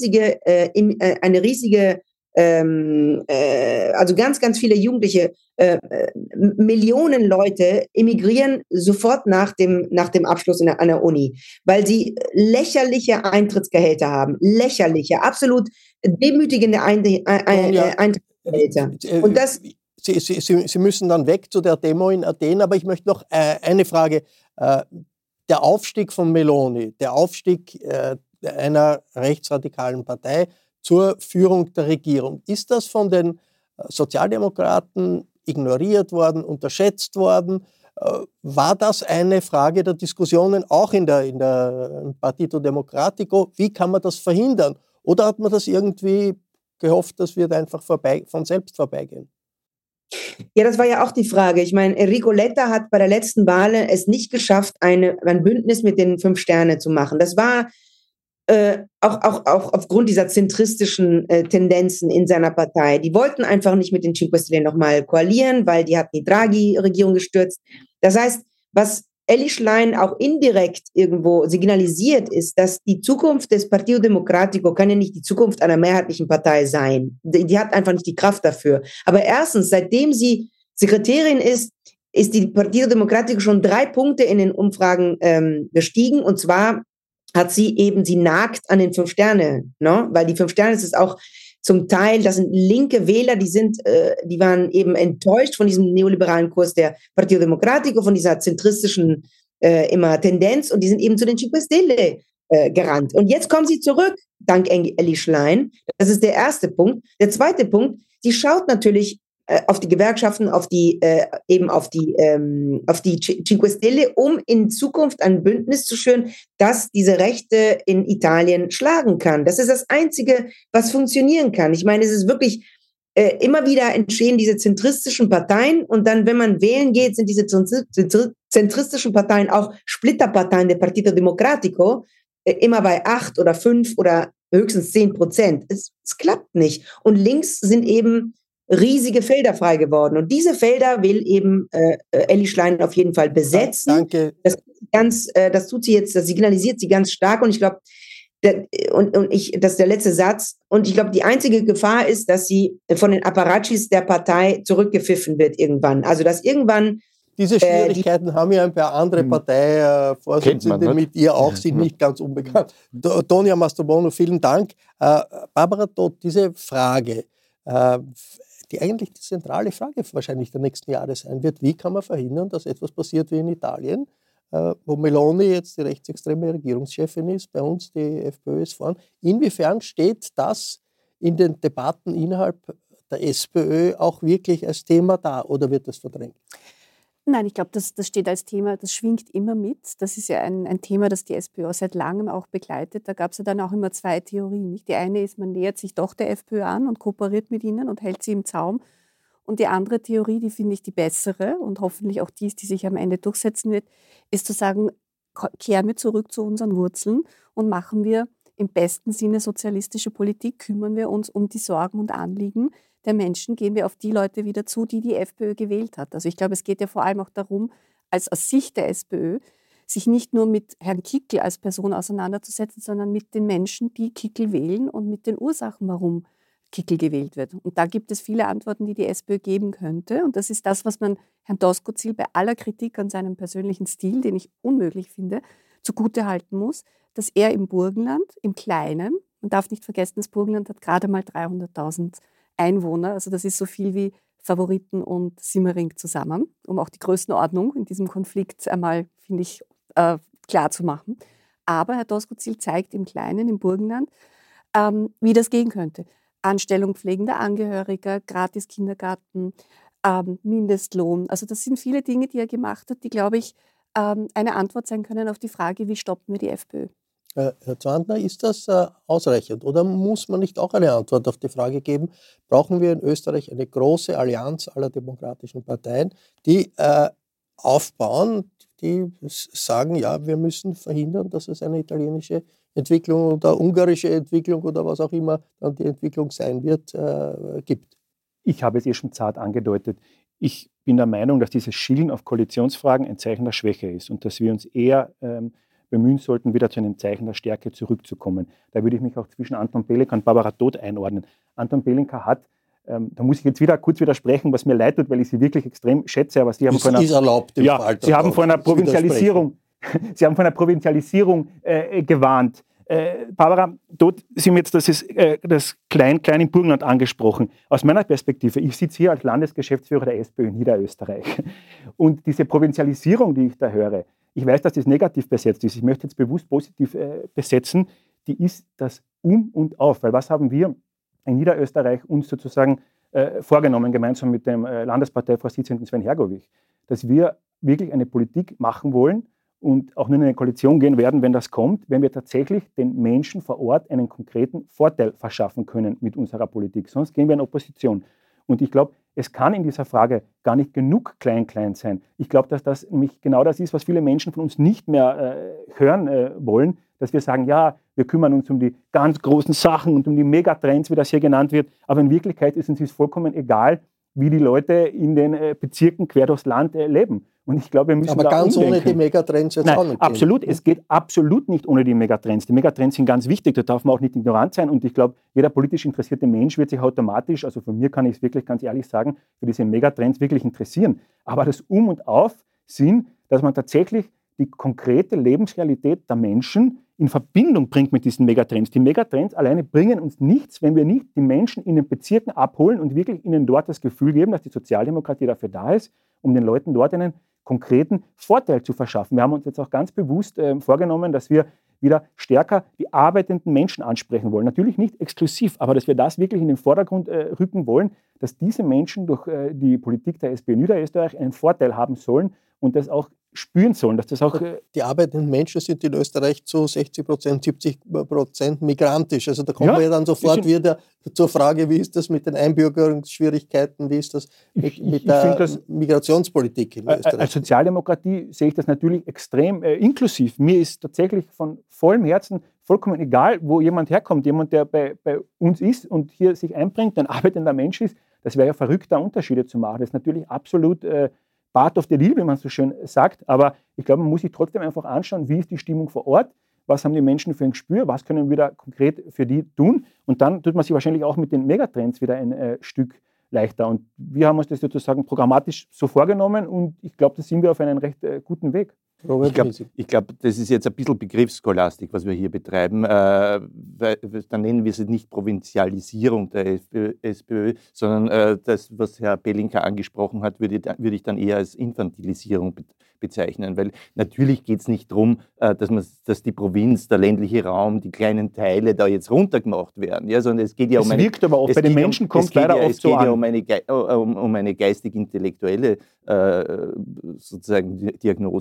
Speaker 6: ganz, ganz viele Jugendliche, Millionen Leute emigrieren sofort nach dem Abschluss an der Uni, weil sie lächerliche Eintrittsgehälter haben. Lächerliche, absolut demütigende Eintrittsgehälter. Und das...
Speaker 4: Sie müssen dann weg zu der Demo in Athen, aber ich möchte noch eine Frage. Der Aufstieg von Meloni, der Aufstieg einer rechtsradikalen Partei zur Führung der Regierung, ist das von den Sozialdemokraten ignoriert worden, unterschätzt worden? War das eine Frage der Diskussionen auch in der Partito Democratico? Wie kann man das verhindern? Oder hat man das irgendwie gehofft, das wird einfach von selbst vorbeigehen?
Speaker 6: Ja, das war ja auch die Frage. Ich meine, Enrico Letta hat bei der letzten Wahl es nicht geschafft, ein Bündnis mit den 5 Sterne zu machen. Das war auch aufgrund dieser zentristischen Tendenzen in seiner Partei. Die wollten einfach nicht mit den Cinque Stelle nochmal koalieren, weil die hatten die Draghi-Regierung gestürzt. Das heißt, was Elly Schlein auch indirekt irgendwo signalisiert, ist, dass die Zukunft des Partito Democratico kann ja nicht die Zukunft einer mehrheitlichen Partei sein. Die hat einfach nicht die Kraft dafür. Aber erstens, seitdem sie Sekretärin ist die Partito Democratico schon 3 Punkte in den Umfragen gestiegen. Und zwar hat sie nagt an den 5 Sterne, ne? Weil die 5 Sterne, das ist auch zum Teil, das sind linke Wähler, die waren eben enttäuscht von diesem neoliberalen Kurs der Partito Democratico, von dieser zentristischen immer Tendenz, und die sind eben zu den Cinque Stelle gerannt. Und jetzt kommen sie zurück, dank Elly Schlein. Das ist der erste Punkt. Der zweite Punkt, sie schaut natürlich auf die Gewerkschaften, auf die Cinque Stelle, um in Zukunft ein Bündnis zu schüren, das diese Rechte in Italien schlagen kann. Das ist das Einzige, was funktionieren kann. Ich meine, es ist wirklich, immer wieder entstehen diese zentristischen Parteien, und dann, wenn man wählen geht, sind diese zentristischen Parteien auch Splitterparteien der Partito Democratico, immer bei 8 oder 5 oder höchstens 10%. Es klappt nicht. Und links sind eben riesige Felder frei geworden. Und diese Felder will eben Elly Schlein auf jeden Fall besetzen.
Speaker 4: Danke.
Speaker 6: Das tut sie jetzt, das signalisiert sie ganz stark. Und ich glaube, das ist der letzte Satz. Und ich glaube, die einzige Gefahr ist, dass sie von den Apparatschis der Partei zurückgepfiffen wird irgendwann. Also, dass irgendwann...
Speaker 4: Diese Schwierigkeiten haben ja ein paar andere Parteivorsitzende mit ihr auch, sind nicht ganz unbekannt. Tonia Mastrobono, vielen Dank. Barbara Todt, diese Frage, die eigentlich die zentrale Frage wahrscheinlich der nächsten Jahre sein wird: Wie kann man verhindern, dass etwas passiert wie in Italien, wo Meloni jetzt die rechtsextreme Regierungschefin ist, bei uns die FPÖ ist vorn. Inwiefern steht das in den Debatten innerhalb der SPÖ auch wirklich als Thema da, oder wird das verdrängt?
Speaker 9: Nein, ich glaube, das steht als Thema, das schwingt immer mit. Das ist ja ein Thema, das die SPÖ seit langem auch begleitet. Da gab es ja dann auch immer 2 Theorien. Nicht? Die eine ist, man nähert sich doch der FPÖ an und kooperiert mit ihnen und hält sie im Zaum. Und die andere Theorie, die finde ich die bessere und hoffentlich auch die sich am Ende durchsetzen wird, ist zu sagen, kehren wir zurück zu unseren Wurzeln und machen wir im besten Sinne sozialistische Politik, kümmern wir uns um die Sorgen und Anliegen der Menschen, gehen wir auf die Leute wieder zu, die die FPÖ gewählt hat. Also ich glaube, es geht ja vor allem auch darum, als aus Sicht der SPÖ, sich nicht nur mit Herrn Kickl als Person auseinanderzusetzen, sondern mit den Menschen, die Kickl wählen und mit den Ursachen, warum Kickl gewählt wird. Und da gibt es viele Antworten, die die SPÖ geben könnte. Und das ist das, was man Herrn Doskozil bei aller Kritik an seinem persönlichen Stil, den ich unmöglich finde, zugutehalten muss, dass er im Burgenland, im Kleinen, man darf nicht vergessen, das Burgenland hat gerade mal 300.000 Einwohner, also das ist so viel wie Favoriten und Simmering zusammen, um auch die Größenordnung in diesem Konflikt einmal, finde ich, klar zu machen. Aber Herr Doskozil zeigt im Kleinen, im Burgenland, wie das gehen könnte. Anstellung pflegender Angehöriger, gratis Kindergarten, Mindestlohn. Also das sind viele Dinge, die er gemacht hat, die, glaube ich, eine Antwort sein können auf die Frage, wie stoppen wir die FPÖ.
Speaker 4: Herr Zwandner, ist das ausreichend oder muss man nicht auch eine Antwort auf die Frage geben, brauchen wir in Österreich eine große Allianz aller demokratischen Parteien, die aufbauen, die sagen, ja, wir müssen verhindern, dass es eine italienische Entwicklung oder ungarische Entwicklung oder was auch immer dann die Entwicklung sein wird, gibt?
Speaker 8: Ich habe es schon zart angedeutet. Ich bin der Meinung, dass dieses Schielen auf Koalitionsfragen ein Zeichen der Schwäche ist und dass wir uns eher bemühen sollten, wieder zu einem Zeichen der Stärke zurückzukommen. Da würde ich mich auch zwischen Anton Belinka und Barbara Todt einordnen. Anton Belinka hat, da muss ich jetzt wieder kurz widersprechen, was mir leid tut, weil ich sie wirklich extrem schätze, aber Sie haben von einer Provinzialisierung, gewarnt. Barbara Todt, Sie haben jetzt das Klein im Burgenland angesprochen. Aus meiner Perspektive, ich sitze hier als Landesgeschäftsführer der SPÖ in Niederösterreich. Und diese Provinzialisierung, die ich da höre, ich weiß, dass das negativ besetzt ist, ich möchte jetzt bewusst positiv besetzen, die ist das Um und Auf. Weil was haben wir in Niederösterreich uns sozusagen vorgenommen, gemeinsam mit dem Landesparteivorsitzenden Sven Hergovich, dass wir wirklich eine Politik machen wollen, und auch nur in eine Koalition gehen werden, wenn das kommt, wenn wir tatsächlich den Menschen vor Ort einen konkreten Vorteil verschaffen können mit unserer Politik. Sonst gehen wir in Opposition. Und ich glaube, es kann in dieser Frage gar nicht genug klein sein. Ich glaube, dass das nämlich genau das ist, was viele Menschen von uns nicht mehr hören wollen, dass wir sagen, ja, wir kümmern uns um die ganz großen Sachen und um die Megatrends, wie das hier genannt wird. Aber in Wirklichkeit ist uns vollkommen egal, wie die Leute in den Bezirken quer durchs Land leben. Und ich glaube, wir müssen
Speaker 4: aber ganz umdenken. Ohne die Megatrends jetzt auch nicht
Speaker 8: absolut, gehen. Es geht absolut nicht ohne die Megatrends. Die Megatrends sind ganz wichtig, da darf man auch nicht ignorant sein. Und ich glaube, jeder politisch interessierte Mensch wird sich automatisch, also von mir kann ich es wirklich ganz ehrlich sagen, für diese Megatrends wirklich interessieren. Aber das Um und Auf sind, dass man tatsächlich die konkrete Lebensrealität der Menschen in Verbindung bringt mit diesen Megatrends. Die Megatrends alleine bringen uns nichts, wenn wir nicht die Menschen in den Bezirken abholen und wirklich ihnen dort das Gefühl geben, dass die Sozialdemokratie dafür da ist, um den Leuten dort einen konkreten Vorteil zu verschaffen. Wir haben uns jetzt auch ganz bewusst vorgenommen, dass wir wieder stärker die arbeitenden Menschen ansprechen wollen. Natürlich nicht exklusiv, aber dass wir das wirklich in den Vordergrund rücken wollen, dass diese Menschen durch die Politik der SPÖ Niederösterreich einen Vorteil haben sollen und das auch spüren sollen, dass das auch...
Speaker 4: Die arbeitenden Menschen sind in Österreich zu 60%, 70% migrantisch. Also da kommen wir ja dann sofort wieder zur Frage, wie ist das mit den Einbürgerungsschwierigkeiten, wie ist das mit der Migrationspolitik in Österreich?
Speaker 8: Als Sozialdemokratie sehe ich das natürlich extrem inklusiv. Mir ist tatsächlich von vollem Herzen vollkommen egal, wo jemand herkommt. Jemand, der bei uns ist und hier sich einbringt, ein arbeitender Mensch ist, das wäre ja verrückt, da Unterschiede zu machen. Das ist natürlich absolut... part of the deal, wie man so schön sagt, aber ich glaube, man muss sich trotzdem einfach anschauen, wie ist die Stimmung vor Ort, was haben die Menschen für ein Gespür, was können wir da konkret für die tun und dann tut man sich wahrscheinlich auch mit den Megatrends wieder ein Stück leichter und wir haben uns das sozusagen programmatisch so vorgenommen und ich glaube, da sind wir auf einem recht guten Weg.
Speaker 7: Ich glaube, das ist jetzt ein bisschen Begriffsscholastik, was wir hier betreiben. Dann nennen wir es nicht Provinzialisierung der SPÖ, sondern das, was Herr Belinka angesprochen hat, würde ich dann eher als Infantilisierung bezeichnen. Weil natürlich geht es nicht darum, dass die Provinz, der ländliche Raum, die kleinen Teile da jetzt runtergemacht werden. Ja, sondern es geht ja um eine... Es
Speaker 8: wirkt aber auch bei den Menschen, kommt leider oft so an.
Speaker 7: Es geht ja um eine geistig-intellektuelle sozusagen Diagnose in dem Fall.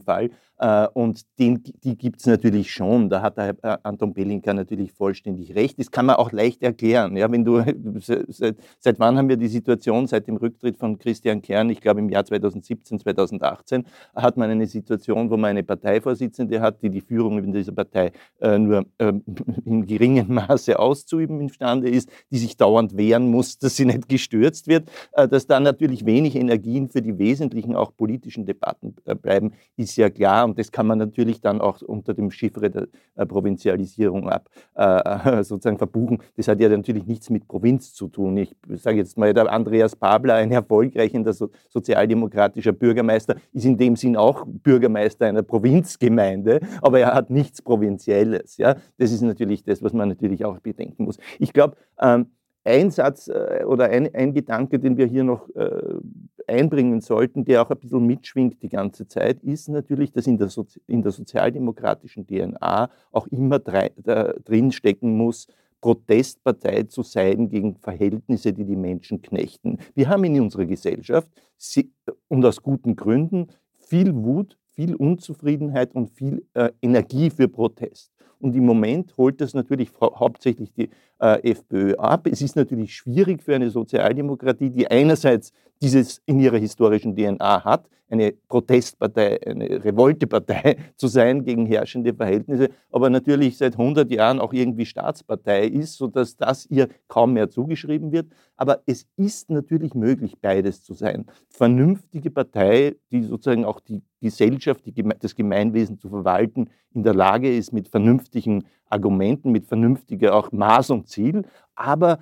Speaker 7: Fall. Und die gibt es natürlich schon. Da hat der Herr Anton Belinka natürlich vollständig recht. Das kann man auch leicht erklären. Ja, wenn du, seit wann haben wir die Situation? Seit dem Rücktritt von Christian Kern, ich glaube im Jahr 2017, 2018, hat man eine Situation, wo man eine Parteivorsitzende hat, die Führung in dieser Partei nur in geringem Maße auszuüben imstande ist, die sich dauernd wehren muss, dass sie nicht gestürzt wird. Dass da natürlich wenig Energien für die wesentlichen auch politischen Debatten bleiben, ist ja klar. Und das kann man natürlich dann auch unter dem Chiffre der Provinzialisierung sozusagen verbuchen. Das hat ja natürlich nichts mit Provinz zu tun. Ich sage jetzt mal, der Andreas Babler, ein erfolgreicher sozialdemokratischer Bürgermeister, ist in dem Sinn auch Bürgermeister einer Provinzgemeinde, aber er hat nichts Provinzielles. Ja? Das ist natürlich das, was man natürlich auch bedenken muss. Ich glaube, ein Satz oder ein Gedanke, den wir hier noch einbringen sollten, der auch ein bisschen mitschwingt die ganze Zeit, ist natürlich, dass in der sozialdemokratischen DNA auch immer drin stecken muss, Protestpartei zu sein gegen Verhältnisse, die die Menschen knechten. Wir haben in unserer Gesellschaft, und aus guten Gründen, viel Wut, viel Unzufriedenheit und viel Energie für Protest. Und im Moment holt das natürlich hauptsächlich die FPÖ ab. Es ist natürlich schwierig für eine Sozialdemokratie, die einerseits dieses in ihrer historischen DNA hat, eine Protestpartei, eine Revoltepartei zu sein gegen herrschende Verhältnisse, aber natürlich seit 100 Jahren auch irgendwie Staatspartei ist, sodass das ihr kaum mehr zugeschrieben wird. Aber es ist natürlich möglich, beides zu sein. Vernünftige Partei, die sozusagen auch die Gesellschaft, das Gemeinwesen zu verwalten, in der Lage ist, mit vernünftigen Argumenten, mit vernünftiger auch Maß und Ziel, aber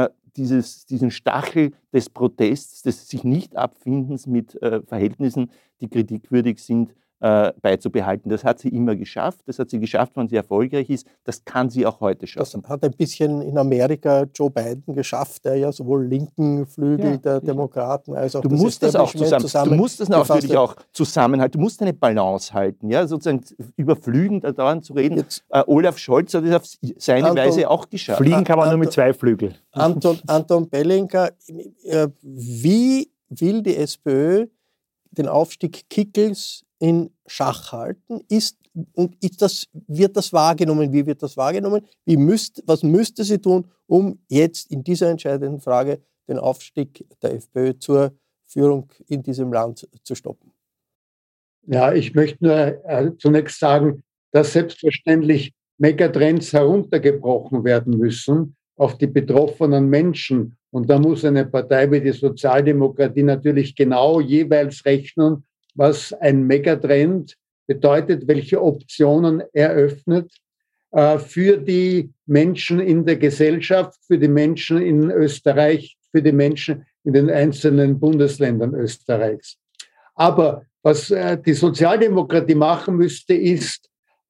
Speaker 7: diesen Stachel des Protests, des sich nicht Abfindens mit Verhältnissen, die kritikwürdig sind, beizubehalten. Das hat sie immer geschafft. Das hat sie geschafft, wenn sie erfolgreich ist. Das kann sie auch heute schaffen.
Speaker 4: Das hat ein bisschen in Amerika Joe Biden geschafft, der ja sowohl linken Flügel der Demokraten als auch
Speaker 7: du musst das auch zusammen. Du musst das natürlich auch zusammenhalten. Du musst eine Balance halten. Ja? Sozusagen über Flügen dauernd zu reden. Olaf Scholz hat das auf seine Weise auch geschafft.
Speaker 8: Fliegen kann man nur mit zwei Flügeln.
Speaker 4: Anton Belinka, wie will die SPÖ den Aufstieg Kickels in Schach halten? Wird das wahrgenommen? Wie wird das wahrgenommen? Was müsste sie tun, um jetzt in dieser entscheidenden Frage den Aufstieg der FPÖ zur Führung in diesem Land zu stoppen?
Speaker 5: Ja, ich möchte nur zunächst sagen, dass selbstverständlich Megatrends heruntergebrochen werden müssen auf die betroffenen Menschen. Und da muss eine Partei wie die Sozialdemokratie natürlich genau jeweils rechnen, was ein Megatrend bedeutet, welche Optionen eröffnet für die Menschen in der Gesellschaft, für die Menschen in Österreich, für die Menschen in den einzelnen Bundesländern Österreichs. Aber was die Sozialdemokratie machen müsste, ist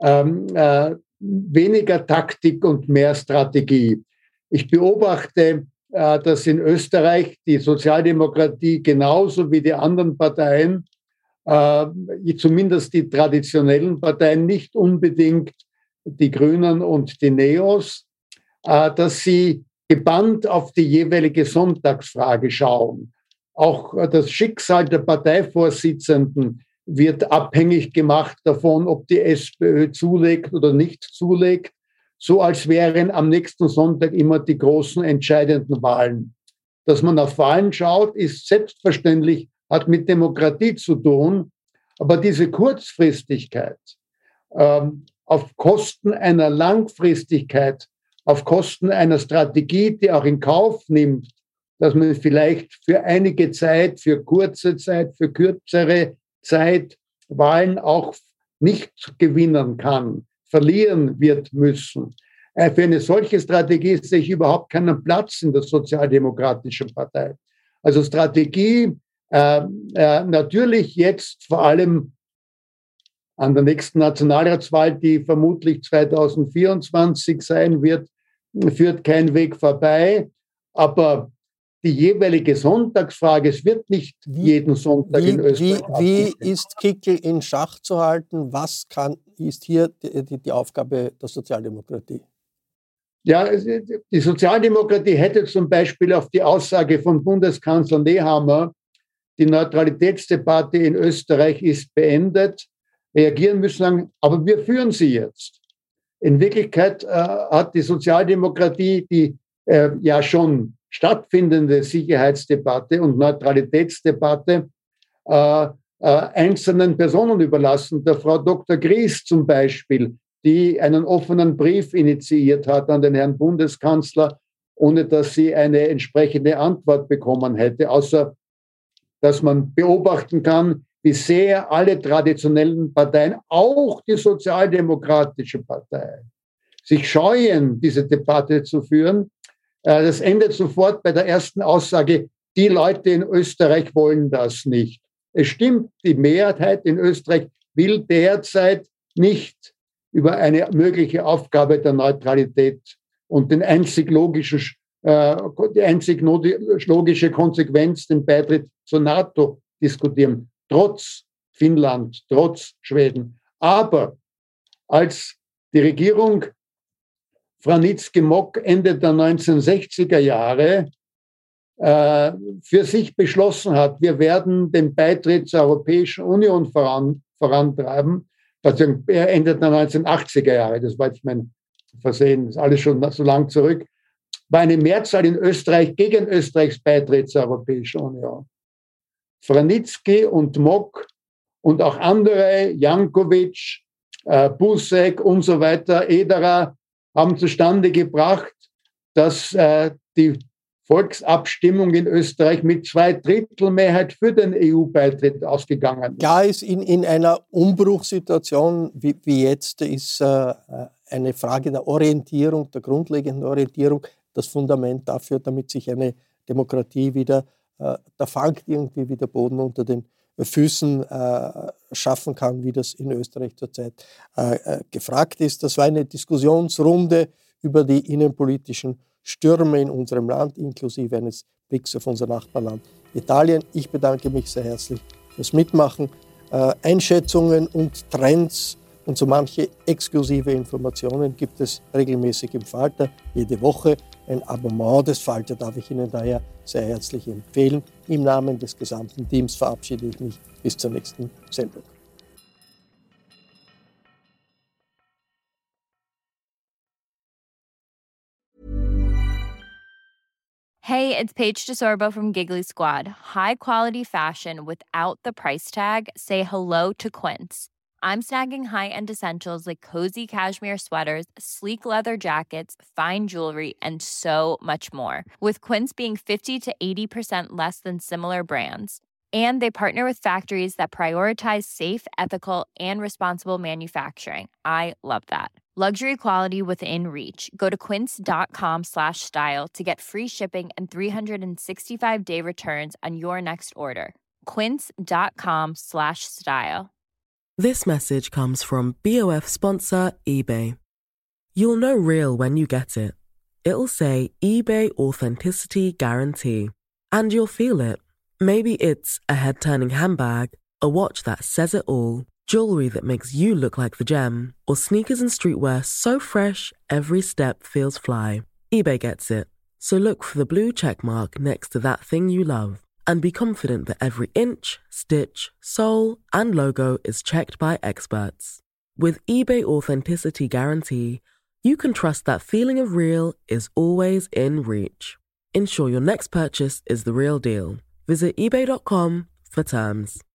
Speaker 5: weniger Taktik und mehr Strategie. Ich beobachte, dass in Österreich die Sozialdemokratie genauso wie die anderen Parteien, zumindest die traditionellen Parteien, nicht unbedingt die Grünen und die Neos, dass sie gebannt auf die jeweilige Sonntagsfrage schauen. Auch das Schicksal der Parteivorsitzenden wird abhängig gemacht davon, ob die SPÖ zulegt oder nicht zulegt, so als wären am nächsten Sonntag immer die großen entscheidenden Wahlen. Dass man auf Wahlen schaut, ist selbstverständlich, hat mit Demokratie zu tun, aber diese Kurzfristigkeit auf Kosten einer Langfristigkeit, auf Kosten einer Strategie, die auch in Kauf nimmt, dass man vielleicht für einige Zeit, für kurze Zeit, für kürzere Zeit Wahlen auch nicht gewinnen kann, verlieren wird müssen. Für eine solche Strategie sehe ich überhaupt keinen Platz in der Sozialdemokratischen Partei. Also Strategie, natürlich jetzt vor allem an der nächsten Nationalratswahl, die vermutlich 2024 sein wird, führt kein Weg vorbei. Aber die jeweilige Sonntagsfrage, es wird nicht jeden Sonntag in Österreich.
Speaker 4: Wie ist Kickl in Schach zu halten? Ist hier die Aufgabe der Sozialdemokratie?
Speaker 5: Ja, die Sozialdemokratie hätte zum Beispiel auf die Aussage von Bundeskanzler Nehammer, die Neutralitätsdebatte in Österreich ist beendet, reagieren müssen, sagen, aber wir führen sie jetzt. In Wirklichkeit hat die Sozialdemokratie die ja schon stattfindende Sicherheitsdebatte und Neutralitätsdebatte einzelnen Personen überlassen. Der Frau Dr. Gries zum Beispiel, die einen offenen Brief initiiert hat an den Herrn Bundeskanzler, ohne dass sie eine entsprechende Antwort bekommen hätte, außer dass man beobachten kann, wie sehr alle traditionellen Parteien, auch die Sozialdemokratische Partei, sich scheuen, diese Debatte zu führen. Das endet sofort bei der ersten Aussage, die Leute in Österreich wollen das nicht. Es stimmt, die Mehrheit in Österreich will derzeit nicht über eine mögliche Aufgabe der Neutralität und die einzig logische Konsequenz, den Beitritt zur NATO diskutieren, trotz Finnland, trotz Schweden. Aber als die Regierung Vranitzky-Mock Ende der 1960er Jahre für sich beschlossen hat, wir werden den Beitritt zur Europäischen Union vorantreiben, also Ende der 1980er Jahre, das war jetzt mein Versehen, das ist alles schon so lang zurück, war eine Mehrzahl in Österreich gegen Österreichs Beitritt zur Europäischen Union. Vranitzky und Mock und auch andere, Jankovic, Buzek und so weiter, Ederer, haben zustande gebracht, dass die Volksabstimmung in Österreich mit 2/3 Mehrheit für den EU-Beitritt ausgegangen ist.
Speaker 4: Klar ist, in einer Umbruchssituation wie jetzt ist eine Frage der Orientierung, der grundlegenden Orientierung, das Fundament dafür, damit sich eine Demokratie wieder, da fängt irgendwie wieder Boden unter den Füßen schaffen kann, wie das in Österreich zurzeit gefragt ist. Das war eine Diskussionsrunde über die innenpolitischen Stürme in unserem Land, inklusive eines Blicks auf unser Nachbarland Italien. Ich bedanke mich sehr herzlich fürs Mitmachen. Einschätzungen und Trends und so manche exklusive Informationen gibt es regelmäßig im Falter, jede Woche. Ein Abonnement des Falter darf ich Ihnen daher sehr herzlich empfehlen. Im Namen des gesamten Teams verabschiede ich mich bis zur nächsten Sendung.
Speaker 12: Hey, it's Paige DeSorbo from Giggly Squad. High quality fashion without the price tag. Say hello to Quince. I'm snagging high-end essentials like cozy cashmere sweaters, sleek leather jackets, fine jewelry, and so much more. With Quince being 50 to 80% less than similar brands. And they partner with factories that prioritize safe, ethical, and responsible manufacturing. I love that. Luxury quality within reach. Go to quince.com/style to get free shipping and 365-day returns on your next order. Quince.com/style.
Speaker 13: This message comes from BOF sponsor eBay. You'll know real when you get it. It'll say eBay Authenticity Guarantee. And you'll feel it. Maybe it's a head-turning handbag, a watch that says it all, jewelry that makes you look like the gem, or sneakers and streetwear so fresh every step feels fly. eBay gets it. So look for the blue check mark next to that thing you love. And be confident that every inch, stitch, sole, and logo is checked by experts. With eBay Authenticity Guarantee, you can trust that feeling of real is always in reach. Ensure your next purchase is the real deal. Visit ebay.com for terms.